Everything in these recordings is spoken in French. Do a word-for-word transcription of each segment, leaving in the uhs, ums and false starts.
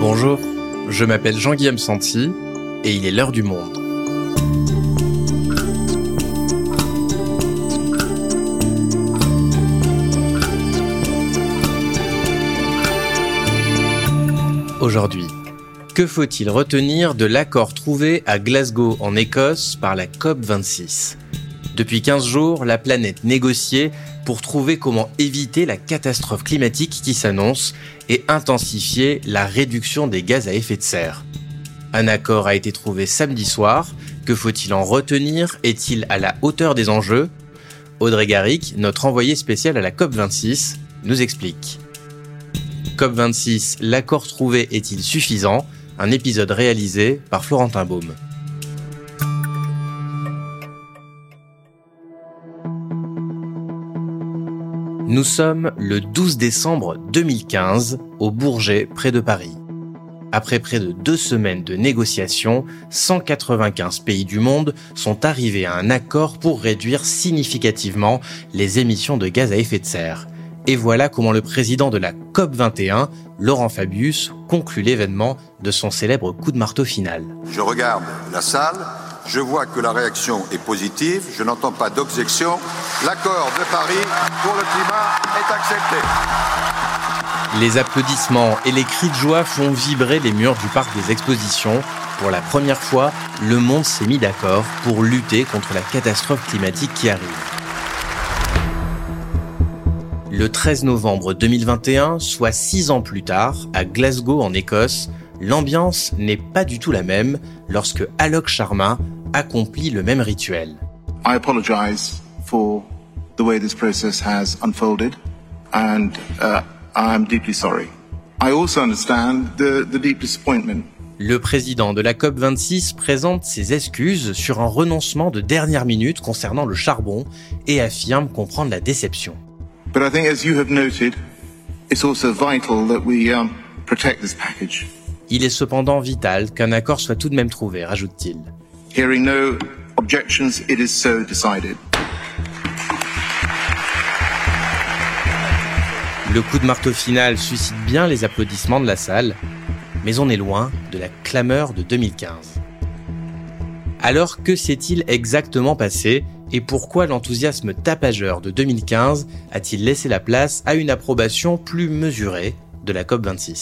Bonjour, je m'appelle Jean-Guillaume Santi et il est l'heure du monde. Aujourd'hui, que faut-il retenir de l'accord trouvé à Glasgow en Écosse par la COP vingt-six ? Depuis quinze jours, la planète négociait pour trouver comment éviter la catastrophe climatique qui s'annonce et intensifier la réduction des gaz à effet de serre. Un accord a été trouvé samedi soir. Que faut-il en retenir ? Est-il à la hauteur des enjeux ? Audrey Garrick, notre envoyée spéciale à la COP vingt-six, nous explique. COP vingt-six, l'accord trouvé est-il suffisant ? Un épisode réalisé par Florentin Baume. Nous sommes le douze décembre deux mille quinze, au Bourget, près de Paris. Après près de deux semaines de négociations, cent quatre-vingt-quinze pays du monde sont arrivés à un accord pour réduire significativement les émissions de gaz à effet de serre. Et voilà comment le président de la COP vingt et un, Laurent Fabius, conclut l'événement de son célèbre coup de marteau final. Je regarde la salle, je vois que la réaction est positive, je n'entends pas d'objection. L'accord de Paris pour le climat est accepté. Les applaudissements et les cris de joie font vibrer les murs du parc des expositions. Pour la première fois, le monde s'est mis d'accord pour lutter contre la catastrophe climatique qui arrive. Le treize novembre deux mille vingt et un, soit six ans plus tard, à Glasgow en Écosse, l'ambiance n'est pas du tout la même lorsque Alok Sharma accomplit le même rituel. I apologize for the way this process has unfolded and uh, I am deeply sorry. I also understand the, the deep disappointment. Le président de la COP vingt-six présente ses excuses sur un renoncement de dernière minute concernant le charbon et affirme comprendre la déception. But I think, as you have noted, it's also vital that we um, protect this package. Il est cependant vital qu'un accord soit tout de même trouvé, rajoute-t-il. Hearing no objections, it is so decided. Le coup de marteau final suscite bien les applaudissements de la salle, mais on est loin de la clameur de deux mille quinze. Alors, que s'est-il exactement passé et pourquoi l'enthousiasme tapageur de deux mille quinze a-t-il laissé la place à une approbation plus mesurée de la COP vingt-six ?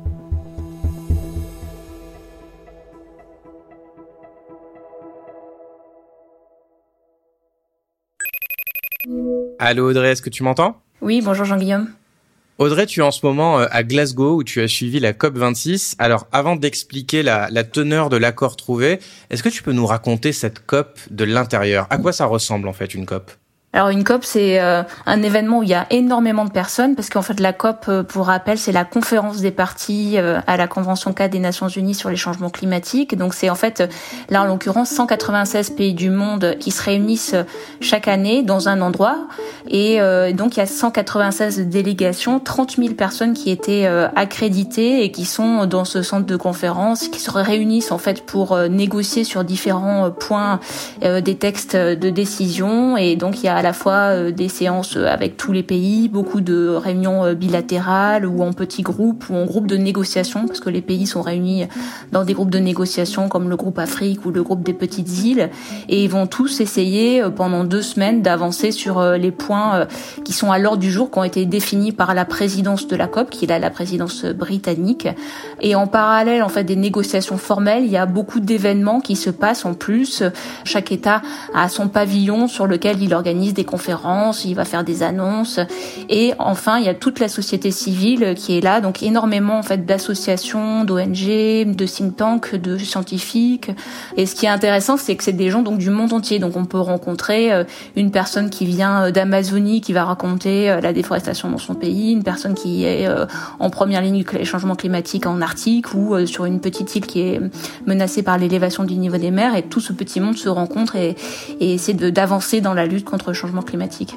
Allô Audrey, est-ce que tu m'entends ? Oui, bonjour Jean-Guillaume. Audrey, tu es en ce moment à Glasgow où tu as suivi la COP vingt-six. Alors, avant d'expliquer la, la teneur de l'accord trouvé, est-ce que tu peux nous raconter cette COP de l'intérieur ? À quoi ça ressemble en fait une COP ? Alors une COP, c'est euh, un événement où il y a énormément de personnes, parce qu'en fait la COP, euh, pour rappel, c'est la conférence des parties euh, à la Convention cadre des Nations Unies sur les changements climatiques. Donc c'est en fait, là en l'occurrence, cent quatre-vingt-seize pays du monde qui se réunissent chaque année dans un endroit. Et euh, donc il y a cent quatre-vingt-seize délégations, trente mille personnes qui étaient euh, accréditées et qui sont dans ce centre de conférence, qui se réunissent en fait pour euh, négocier sur différents euh, points euh, des textes de décision. Et donc il y a à la fois des séances avec tous les pays, beaucoup de réunions bilatérales ou en petits groupes ou en groupes de négociation, parce que les pays sont réunis dans des groupes de négociation comme le groupe Afrique ou le groupe des petites îles, et ils vont tous essayer pendant deux semaines d'avancer sur les points qui sont à l'ordre du jour, qui ont été définis par la présidence de la COP, qui est là la présidence britannique. Et en parallèle en fait des négociations formelles, il y a beaucoup d'événements qui se passent en plus. Chaque État a son pavillon sur lequel il organise des conférences, il va faire des annonces, et enfin il y a toute la société civile qui est là, donc énormément en fait d'associations, d'O N G, de think tanks, de scientifiques. Et ce qui est intéressant, c'est que c'est des gens donc du monde entier, donc on peut rencontrer une personne qui vient d'Amazonie qui va raconter la déforestation dans son pays, une personne qui est en première ligne du changement climatique en Arctique ou sur une petite île qui est menacée par l'élévation du niveau des mers, et tout ce petit monde se rencontre et, et essaie de, d'avancer dans la lutte contre le changement climatique.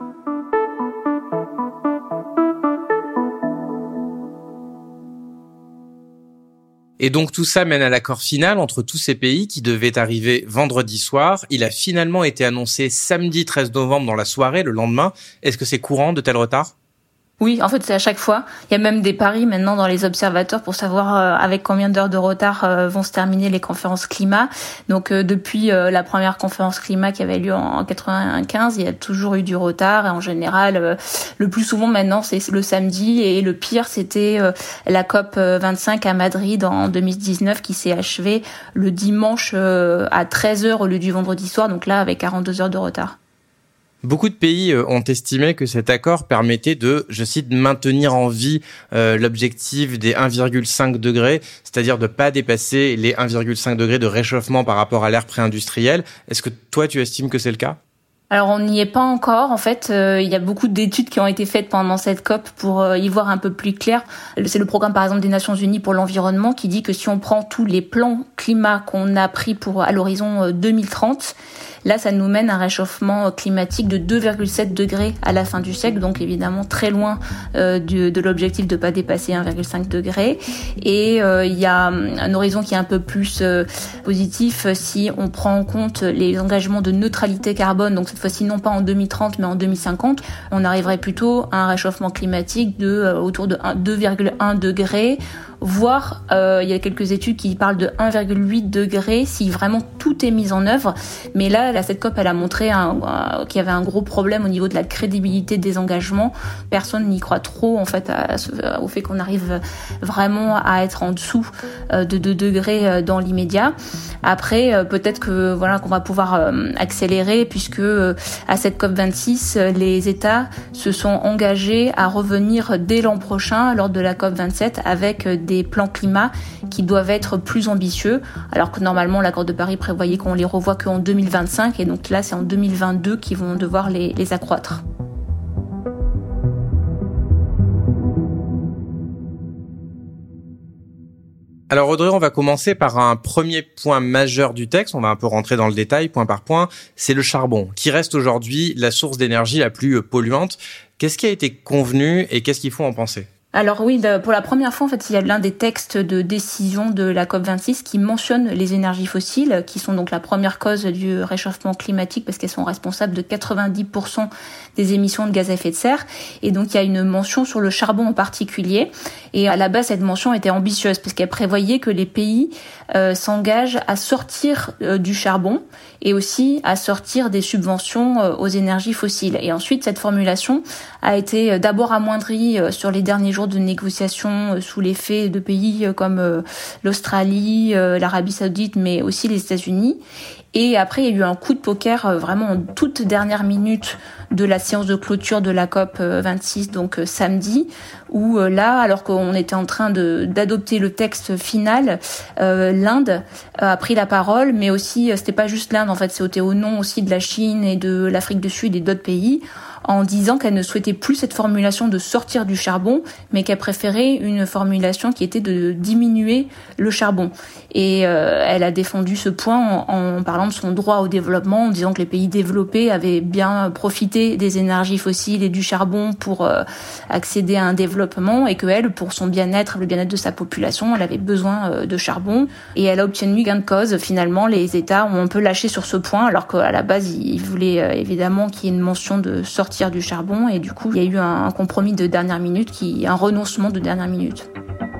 Et donc tout ça mène à l'accord final entre tous ces pays qui devait arriver vendredi soir. Il a finalement été annoncé samedi treize novembre dans la soirée, le lendemain. Est-ce que c'est courant de tels retards ? Oui, en fait, c'est à chaque fois. Il y a même des paris maintenant dans les observateurs pour savoir euh, avec combien d'heures de retard euh, vont se terminer les conférences climat. Donc, euh, depuis euh, la première conférence climat qui avait lieu en quatre-vingt-quinze, il y a toujours eu du retard. Et en général, euh, le plus souvent maintenant, c'est le samedi. Et le pire, c'était euh, la COP vingt-cinq à Madrid en deux mille dix-neuf qui s'est achevée le dimanche euh, à treize heures au lieu du vendredi soir. Donc là, avec quarante-deux heures de retard. Beaucoup de pays ont estimé que cet accord permettait de, je cite, maintenir en vie euh, l'objectif des un virgule cinq degrés, c'est-à-dire de ne pas dépasser les un virgule cinq degrés de réchauffement par rapport à l'ère pré-industrielle. Est-ce que toi, tu estimes que c'est le cas ? Alors on n'y est pas encore. En fait, euh, il y a beaucoup d'études qui ont été faites pendant cette COP pour euh, y voir un peu plus clair. C'est le programme par exemple des Nations Unies pour l'environnement qui dit que si on prend tous les plans climat qu'on a pris pour à l'horizon euh, deux mille trente, là ça nous mène à un réchauffement climatique de deux virgule sept degrés à la fin du siècle, donc évidemment très loin euh, de, de l'objectif de pas dépasser un virgule cinq degré. Et euh, il y a un horizon qui est un peu plus euh, positif si on prend en compte les engagements de neutralité carbone, donc cette fois-ci non pas en deux mille trente mais en deux mille cinquante, on arriverait plutôt à un réchauffement climatique de euh, autour de deux virgule un degrés, voire euh, il y a quelques études qui parlent de un virgule huit degrés si vraiment tout est mis en œuvre. Mais là, là cette COP, elle a montré un, un, qu'il y avait un gros problème au niveau de la crédibilité des engagements. Personne n'y croit trop en fait à, à, au fait qu'on arrive vraiment à être en dessous euh, de deux degrés dans l'immédiat. Après, euh, peut-être que voilà qu'on va pouvoir euh, accélérer puisque euh, à cette COP vingt-six, les États se sont engagés à revenir dès l'an prochain lors de la COP vingt-sept avec des plans climat qui doivent être plus ambitieux, alors que normalement l'accord de Paris prévoyait qu'on les revoit qu'en deux mille vingt-cinq, et donc là c'est en deux mille vingt-deux qu'ils vont devoir les, les accroître. Alors Audrey, on va commencer par un premier point majeur du texte, on va un peu rentrer dans le détail point par point, c'est le charbon, qui reste aujourd'hui la source d'énergie la plus polluante. Qu'est-ce qui a été convenu et qu'est-ce qu'il faut en penser ? Alors oui, pour la première fois, en fait, il y a l'un des textes de décision de la COP vingt-six qui mentionne les énergies fossiles, qui sont donc la première cause du réchauffement climatique parce qu'elles sont responsables de quatre-vingt-dix pour cent des émissions de gaz à effet de serre. Et donc, il y a une mention sur le charbon en particulier. Et à la base, cette mention était ambitieuse parce qu'elle prévoyait que les pays euh, s'engagent à sortir euh, du charbon et aussi à sortir des subventions euh, aux énergies fossiles. Et ensuite, cette formulation a été d'abord amoindrie euh, sur les derniers jours de négociations euh, sous l'effet de pays euh, comme euh, l'Australie, euh, l'Arabie Saoudite, mais aussi les États-Unis. Et après, il y a eu un coup de poker euh, vraiment en toute dernière minute de la séance de clôture de la COP vingt-six, donc euh, samedi, où euh, là, alors qu'on était en train de d'adopter le texte final, euh, l'Inde a pris la parole, mais aussi, euh, c'était pas juste l'Inde, en fait, c'était au nom aussi de la Chine et de l'Afrique du Sud et d'autres pays, en disant qu'elle ne souhaitait plus cette formulation de sortir du charbon, mais qu'elle préférait une formulation qui était de diminuer le charbon. Et euh, elle a défendu ce point en, en parlant de son droit au développement, en disant que les pays développés avaient bien profité des énergies fossiles et du charbon pour euh, accéder à un développement, et qu'elle, pour son bien-être, le bien-être de sa population, elle avait besoin euh, de charbon. Et elle a obtenu gain de cause. Finalement, les États ont un peu lâché sur ce point, alors qu'à la base, ils voulaient euh, évidemment qu'il y ait une mention de sortir du charbon, et du coup il y a eu un compromis de dernière minute, qui un renoncement de dernière minute.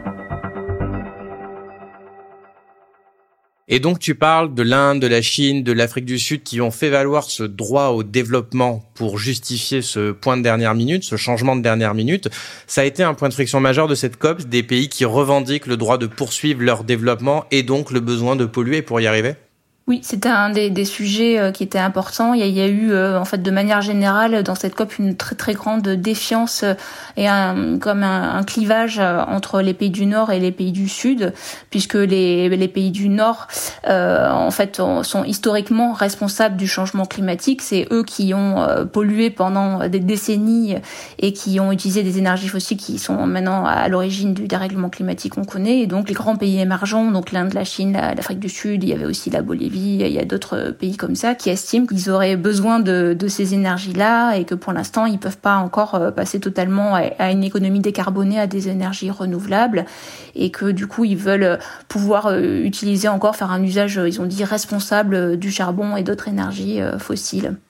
Et donc tu parles de l'Inde, de la Chine, de l'Afrique du Sud qui ont fait valoir ce droit au développement pour justifier ce point de dernière minute, ce changement de dernière minute. Ça a été un point de friction majeur de cette COP, des pays qui revendiquent le droit de poursuivre leur développement et donc le besoin de polluer pour y arriver. Oui, c'était un des, des sujets euh, qui était important. Il y a, il y a eu, euh, en fait, de manière générale, dans cette COP, une très très grande défiance euh, et un, comme un, un clivage euh, entre les pays du Nord et les pays du Sud, puisque les, les pays du Nord, euh, en fait, sont historiquement responsables du changement climatique. C'est eux qui ont euh, pollué pendant des décennies et qui ont utilisé des énergies fossiles qui sont maintenant à l'origine du dérèglement climatique qu'on connaît. Et donc, les grands pays émergents, donc l'Inde, la Chine, la, l'Afrique du Sud, il y avait aussi la Bolivie. Il y a d'autres pays comme ça qui estiment qu'ils auraient besoin de, de ces énergies-là et que pour l'instant, ils peuvent pas encore passer totalement à, à une économie décarbonée, à des énergies renouvelables, et que du coup, ils veulent pouvoir utiliser encore, faire un usage, ils ont dit, responsable du charbon et d'autres énergies fossiles.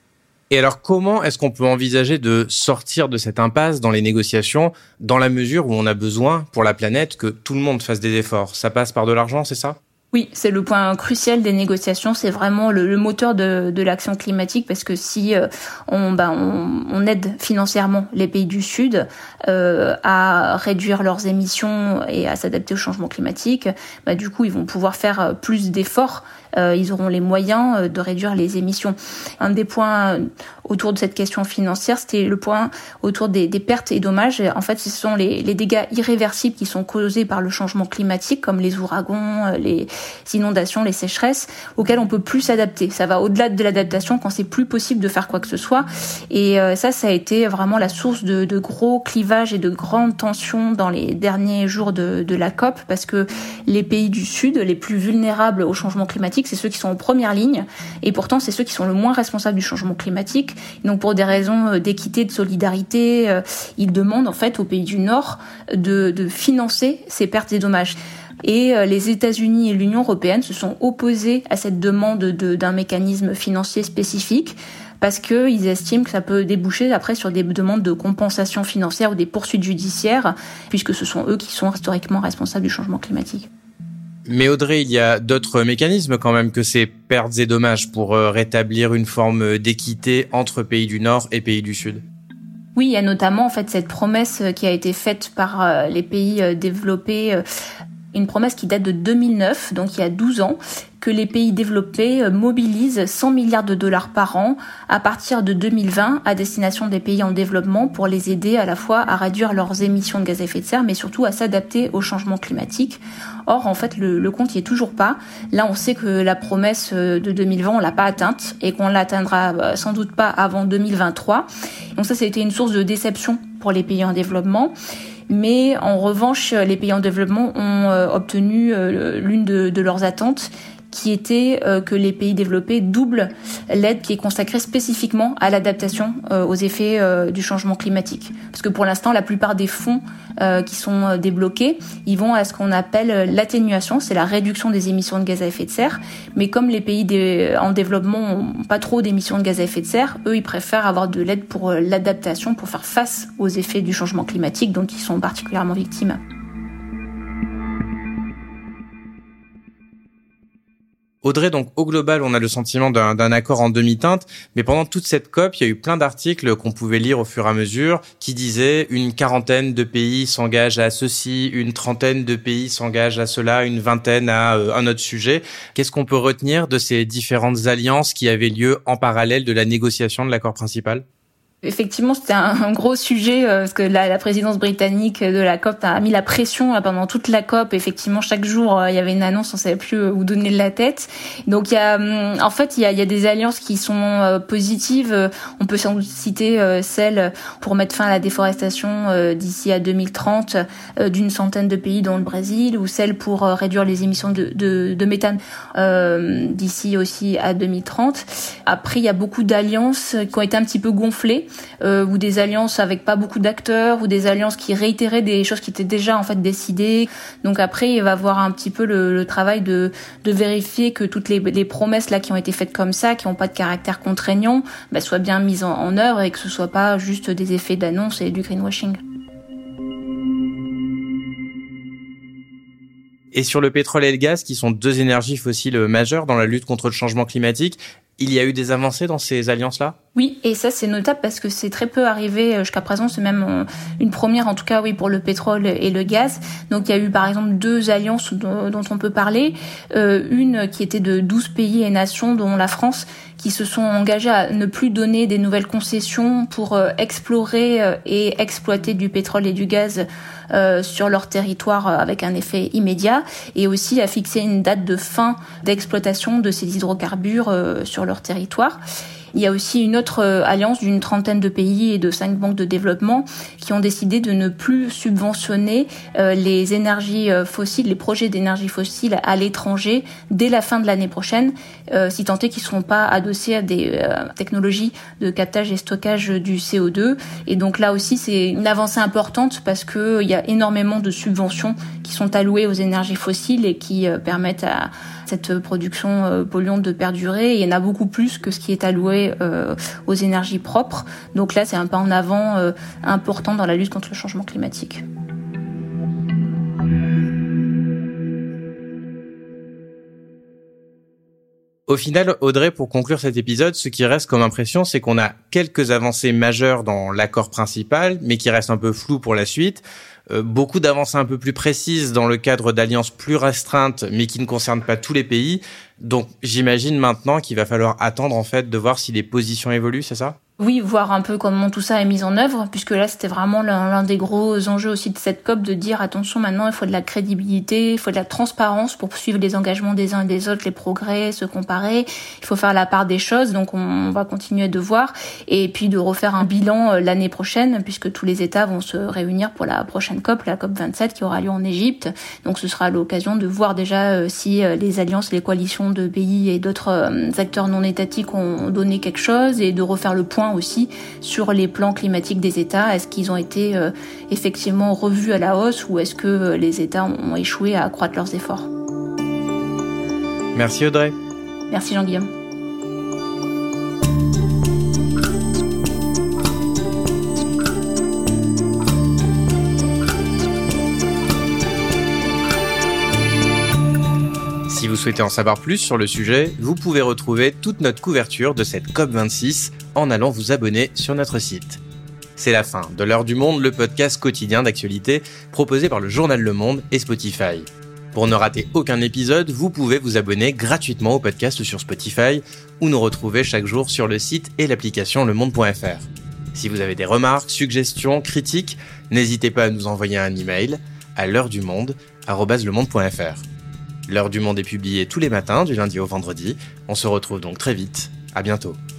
Et alors, comment est-ce qu'on peut envisager de sortir de cette impasse dans les négociations, dans la mesure où on a besoin, pour la planète, que tout le monde fasse des efforts ? Ça passe par de l'argent, c'est ça ? Oui, c'est le point crucial des négociations, c'est vraiment le, le moteur de, de l'action climatique, parce que si euh, on, ben, on, on aide financièrement les pays du Sud euh, à réduire leurs émissions et à s'adapter au changement climatique, ben, du coup, ils vont pouvoir faire plus d'efforts. Euh, ils auront les moyens de réduire les émissions. Un des points autour de cette question financière, c'était le point autour des, des pertes et dommages. En fait, ce sont les, les dégâts irréversibles qui sont causés par le changement climatique, comme les ouragans, les inondations, les sécheresses, auxquelles on peut plus s'adapter. Ça va au-delà de l'adaptation quand c'est plus possible de faire quoi que ce soit. Et euh, ça, ça a été vraiment la source de, de gros clivages et de grandes tensions dans les derniers jours de, de la COP, parce que les pays du Sud, les plus vulnérables au changement climatique, c'est ceux qui sont en première ligne, et pourtant c'est ceux qui sont le moins responsables du changement climatique. Donc pour des raisons d'équité, de solidarité, euh, ils demandent en fait aux pays du Nord de, de financer ces pertes et dommages. Et euh, les États-Unis et l'Union européenne se sont opposés à cette demande de, d'un mécanisme financier spécifique, parce qu'ils estiment que ça peut déboucher après sur des demandes de compensation financière ou des poursuites judiciaires, puisque ce sont eux qui sont historiquement responsables du changement climatique. Mais Audrey, il y a d'autres mécanismes quand même que ces pertes et dommages pour rétablir une forme d'équité entre pays du Nord et pays du Sud. Oui, il y a notamment en fait cette promesse qui a été faite par les pays développés, une promesse qui date de deux mille neuf, donc il y a douze ans, que les pays développés mobilisent cent milliards de dollars par an à partir de deux mille vingt à destination des pays en développement pour les aider à la fois à réduire leurs émissions de gaz à effet de serre, mais surtout à s'adapter au changement climatique. Or, en fait, le, le compte n'y est toujours pas. Là, on sait que la promesse de deux mille vingt, on l'a pas atteinte et qu'on l'atteindra sans doute pas avant deux mille vingt-trois. Donc ça, ça a été une source de déception pour les pays en développement. Mais en revanche, les pays en développement ont euh, obtenu euh, l'une de, de leurs attentes, qui était euh, que les pays développés doublent l'aide qui est consacrée spécifiquement à l'adaptation euh, aux effets euh, du changement climatique. Parce que pour l'instant, la plupart des fonds euh, qui sont euh, débloqués, ils vont à ce qu'on appelle euh, l'atténuation, c'est la réduction des émissions de gaz à effet de serre. Mais comme les pays des, en développement n'ont pas trop d'émissions de gaz à effet de serre, eux, ils préfèrent avoir de l'aide pour euh, l'adaptation, pour faire face aux effets du changement climatique dont ils sont particulièrement victimes. Audrey, donc au global, on a le sentiment d'un, d'un accord en demi-teinte, mais pendant toute cette COP, il y a eu plein d'articles qu'on pouvait lire au fur et à mesure qui disaient une quarantaine de pays s'engagent à ceci, une trentaine de pays s'engagent à cela, une vingtaine à euh, un autre sujet. Qu'est-ce qu'on peut retenir de ces différentes alliances qui avaient lieu en parallèle de la négociation de l'accord principal ? Effectivement, c'était un, un gros sujet euh, parce que la, la présidence britannique de la COP a mis la pression là, pendant toute la COP. Effectivement, chaque jour, euh, il y avait une annonce, on savait plus euh, où donner de la tête. Donc, il y a, hum, en fait, il y a, il y a des alliances qui sont euh, positives. Euh, on peut sans doute citer euh, celle pour mettre fin à la déforestation euh, d'ici à deux mille trente euh, d'une centaine de pays, dont le Brésil, ou celle pour euh, réduire les émissions de, de, de méthane euh, d'ici aussi à deux mille trente. Après, il y a beaucoup d'alliances qui ont été un petit peu gonflées. Euh, ou des alliances avec pas beaucoup d'acteurs, ou des alliances qui réitéraient des choses qui étaient déjà en fait décidées. Donc après, il va y avoir un petit peu le, le travail de, de vérifier que toutes les, les promesses là qui ont été faites comme ça, qui n'ont pas de caractère contraignant, bah, soient bien mises en, en œuvre et que ce soit pas juste des effets d'annonce et du greenwashing. Et sur le pétrole et le gaz, qui sont deux énergies fossiles majeures dans la lutte contre le changement climatique, il y a eu des avancées dans ces alliances-là ? Oui, et ça c'est notable parce que c'est très peu arrivé jusqu'à présent, c'est même une première en tout cas oui pour le pétrole et le gaz. Donc il y a eu par exemple deux alliances dont, dont on peut parler, euh, une qui était de douze pays et nations dont la France, qui se sont engagés à ne plus donner des nouvelles concessions pour euh, explorer euh, et exploiter du pétrole et du gaz euh, sur leur territoire euh, avec un effet immédiat, et aussi à fixer une date de fin d'exploitation de ces hydrocarbures euh, sur leur territoire. Il y a aussi une autre alliance d'une trentaine de pays et de cinq banques de développement qui ont décidé de ne plus subventionner euh, les énergies fossiles, les projets d'énergie fossile à l'étranger dès la fin de l'année prochaine, euh, si tant est qu'ils ne seront pas adossés à des euh, technologies de captage et stockage du C O deux. Et donc là aussi, c'est une avancée importante parce qu'il y a énormément de subventions qui sont allouées aux énergies fossiles et qui euh, permettent à cette production euh, polluante de perdurer. Il y en a beaucoup plus que ce qui est alloué euh, aux énergies propres. Donc là, c'est un pas en avant euh, important dans la lutte contre le changement climatique. Au final, Audrey, pour conclure cet épisode, ce qui reste comme impression, c'est qu'on a quelques avancées majeures dans l'accord principal, mais qui restent un peu floues pour la suite. Euh, beaucoup d'avancées un peu plus précises dans le cadre d'alliances plus restreintes, mais qui ne concernent pas tous les pays. Donc, j'imagine maintenant qu'il va falloir attendre, en fait, de voir si les positions évoluent, c'est ça ? Oui, voir un peu comment tout ça est mis en œuvre, puisque là, c'était vraiment l'un, l'un des gros enjeux aussi de cette COP, de dire, attention, maintenant, il faut de la crédibilité, il faut de la transparence pour suivre les engagements des uns et des autres, les progrès, se comparer. Il faut faire la part des choses, donc on, on va continuer de voir. Et puis de refaire un bilan euh, l'année prochaine, puisque tous les États vont se réunir pour la prochaine COP, la COP vingt-sept, qui aura lieu en Égypte. Donc ce sera l'occasion de voir déjà euh, si euh, les alliances, les coalitions de pays et d'autres euh, acteurs non étatiques ont donné quelque chose, et de refaire le point aussi sur les plans climatiques des États. Est-ce qu'ils ont été euh, effectivement revus à la hausse, ou est-ce que euh, les États ont échoué à accroître leurs efforts ? Merci Audrey. Merci Jean-Guillaume. Si vous souhaitez en savoir plus sur le sujet, vous pouvez retrouver toute notre couverture de cette COP vingt-six en allant vous abonner sur notre site. C'est la fin de L'Heure du Monde, le podcast quotidien d'actualité proposé par le journal Le Monde et Spotify. Pour ne rater aucun épisode, vous pouvez vous abonner gratuitement au podcast sur Spotify ou nous retrouver chaque jour sur le site et l'application lemonde point f r. Si vous avez des remarques, suggestions, critiques, n'hésitez pas à nous envoyer un email à l'heure du monde arobase lemonde point f r. L'Heure du Monde est publiée tous les matins, du lundi au vendredi. On se retrouve donc très vite. À bientôt.